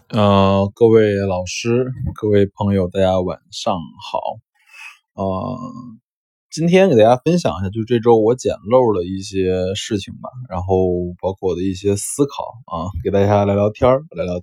各位老师，各位朋友，大家晚上好。今天给大家分享一下，就这周我捡漏的一些事情吧，然后包括我的一些思考给大家聊聊天。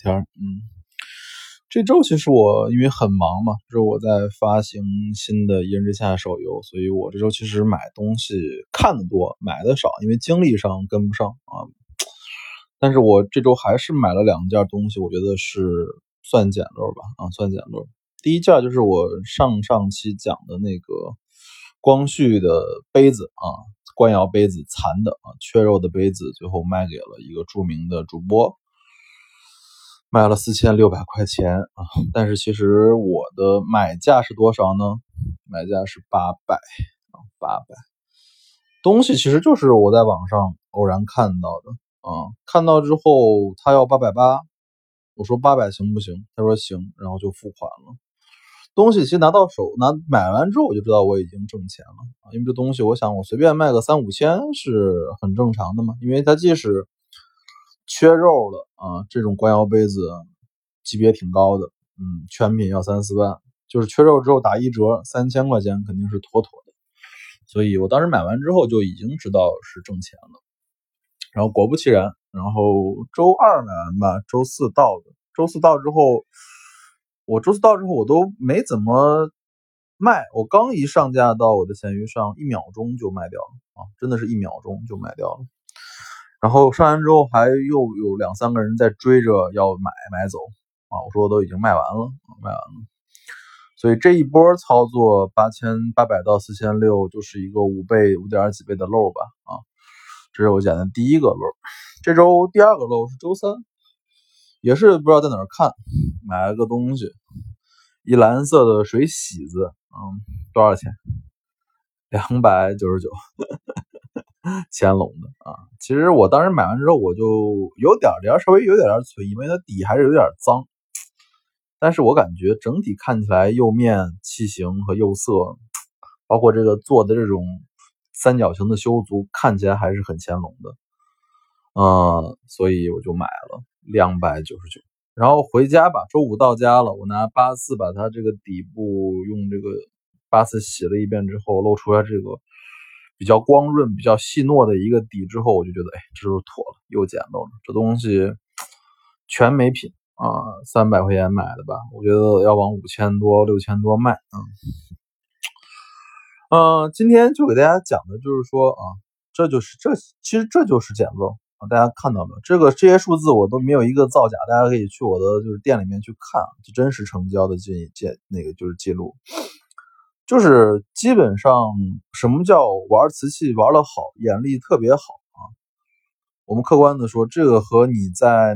这周其实我因为很忙嘛，这周我在发行新的《一人之下》手游，所以我这周其实买东西看得多，买的少，因为精力上跟不上啊。但是我这周还是买了2件东西，我觉得是算捡漏吧，算捡漏。第一件就是我上期讲的那个光绪的杯子官窑杯子残的缺肉的杯子，最后卖给了一个著名的主播，卖了4600块钱但是其实我的买价是多少呢？买价是800。东西其实就是我在网上偶然看到的看到之后他要880，我说800行不行？他说行，然后就付款了。东西其实拿到手，买完之后我就知道我已经挣钱了因为这东西我想我随便卖个3、5千是很正常的嘛，因为它即使缺肉了这种官窑杯子级别挺高的，全品要3、4万，就是缺肉之后打1折3000块钱肯定是妥妥的，所以我当时买完之后就已经知道是挣钱了。然后果不其然，然后周二买完吧，周四到的。周四到之后我都没怎么卖，我刚一上架到我的闲鱼上1秒钟就卖掉了真的是1秒钟就卖掉了。然后上完之后还又有2、3个人在追着要买走我说我都已经卖完了。所以这一波操作8800到4600就是一个5倍、5点几倍的漏吧这是我捡的第一个漏。这周第二个漏是周三，也是不知道在哪儿看，买了个东西，一蓝色的水洗子多少钱？299乾隆的其实我当时买完之后我就稍微有点存疑，因为它底还是有点脏，但是我感觉整体看起来釉面、器型和釉色，包括这个做的这种三角形的修足，看起来还是很乾隆的所以我就买了299。然后回家吧，周五到家了，我拿84把它这个底部用这个84洗了一遍之后，露出来这个比较光润、比较细糯的一个底之后，我就觉得这就是妥了，又捡漏了。这东西全美品300块钱买的吧，我觉得要往5000多、6000多卖今天就给大家讲的就是说其实这就是捡漏大家看到没有？这些数字我都没有一个造假，大家可以去我的就是店里面去看就真实成交的那个就是记录，就是基本上什么叫玩瓷器玩得好，眼力特别好我们客观的说，这个和你在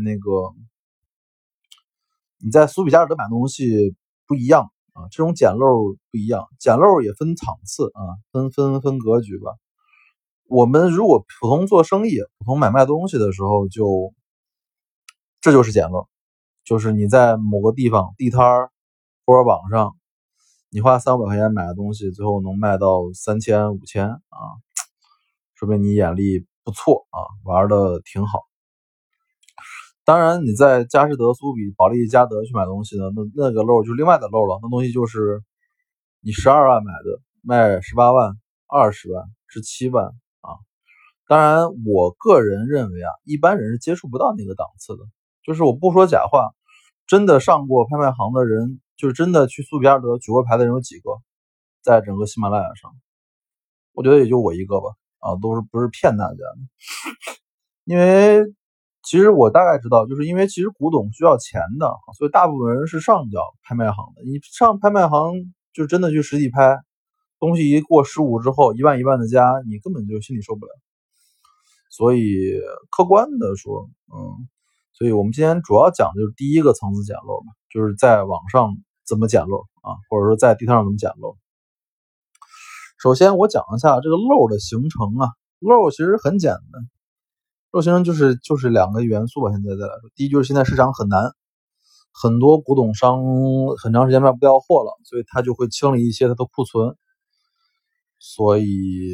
苏比加尔德买东西不一样这种捡漏不一样，捡漏也分场次分格局吧。我们如果普通做生意、普通买卖东西的时候，这就是捡漏，就是你在某个地方地摊或者网上，你花300-500块钱买的东西，最后能卖到3000、5000说明你眼力不错玩的挺好。当然你在佳士得、苏比、保利、嘉德去买东西呢，那个漏就是另外的漏了，那东西就是你12万买的，卖18万、20万、17万当然我个人认为一般人是接触不到那个档次的，就是我不说假话，真的上过拍卖行的人，就是真的去苏比亚德举过牌的人有几个，在整个喜马拉雅上，我觉得也就我一个吧都是不是骗大家的。因为其实我大概知道，就是因为其实古董需要钱的，所以大部分人是上不了拍卖行的。你上拍卖行就真的去实体拍，东西一过15之后，1万1万的加，你根本就心里受不了。所以客观的说所以我们今天主要讲的就是第一个层次捡漏嘛，就是在网上怎么捡漏或者说在地摊上怎么捡漏。首先我讲一下这个漏的形成漏其实很简单，漏形成就是2个元素吧。现在再来说，第一就是现在市场很难，很多古董商很长时间卖不掉货了，所以他就会清理一些他的库存，所以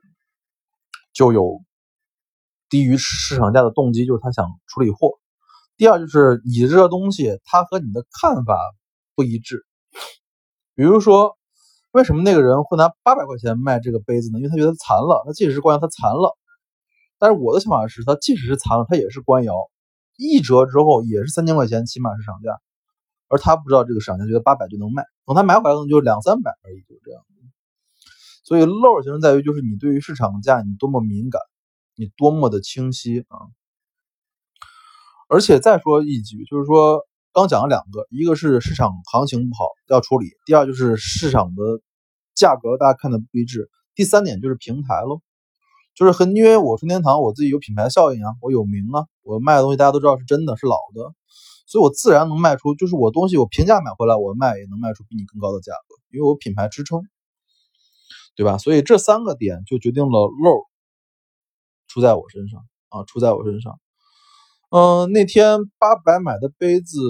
就有低于市场价的动机，就是他想处理货。 第二就是你这个东西它和你的看法不一致。比如说为什么那个人会拿800块钱卖这个杯子呢？因为他觉得它残了，那即使是官窑它残了，但是我的想法是它即使是残了它也是官窑，一折之后也是3000块钱起码市场价，而他不知道这个市场价，觉得800就能卖，等他买回来可能就200-300而已，就是这样。所以漏形成在于就是你对于市场价你多么敏感，你多么的清晰啊。而且再说一句，就是说刚讲了2个，一个是市场行情不好要处理，第二就是市场的价格大家看的不一致，第3点就是平台咯，就是因为我春天堂我自己有品牌效应啊，我有名啊，我卖的东西大家都知道是真的是老的，所以我自然能卖出，就是我东西我平价买回来我卖也能卖出比你更高的价格，因为我品牌支撑，对吧？所以这3个点就决定了漏出在我身上啊，出在我身上。那天800买的杯子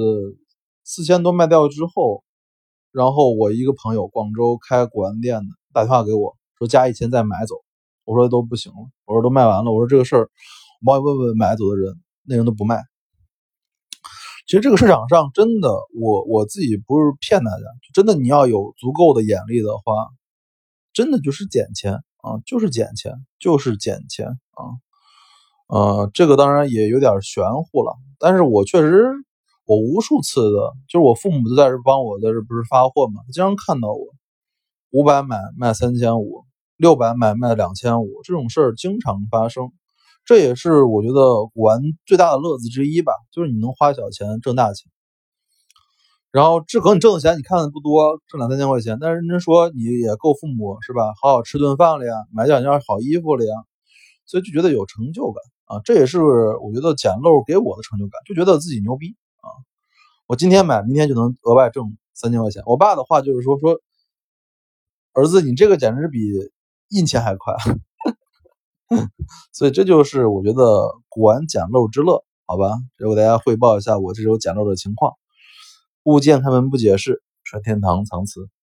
4000多卖掉之后，然后我一个朋友广州开古玩店的打电话给我说加1000再买走，我说都不行了，我说都卖完了，我说这个事儿我帮你问问买走的人，那人都不卖。其实这个市场上真的我自己不是骗大家，真的你要有足够的眼力的话，真的就是捡钱啊，就是捡钱，就是捡钱啊。这个当然也有点玄乎了，但是我确实我无数次的，就是我父母都在这帮我在这不是发货嘛，经常看到我500买卖3500，600买卖2500，这种事儿经常发生。这也是我觉得古玩最大的乐子之一吧，就是你能花小钱挣大钱。然后这可能你挣的钱你看的不多，挣2-3千块钱，但是人家说你也够父母是吧？好好吃顿饭了呀，买2件好衣服了呀，所以就觉得有成就感啊。这也是我觉得捡漏给我的成就感，就觉得自己牛逼啊！我今天买，明天就能额外挣3000块钱。我爸的话就是说儿子，你这个简直比印钱还快。所以这就是我觉得古玩捡漏之乐，好吧？给大家汇报一下我这周捡漏的情况。物见开门不解释，纯天堂藏词。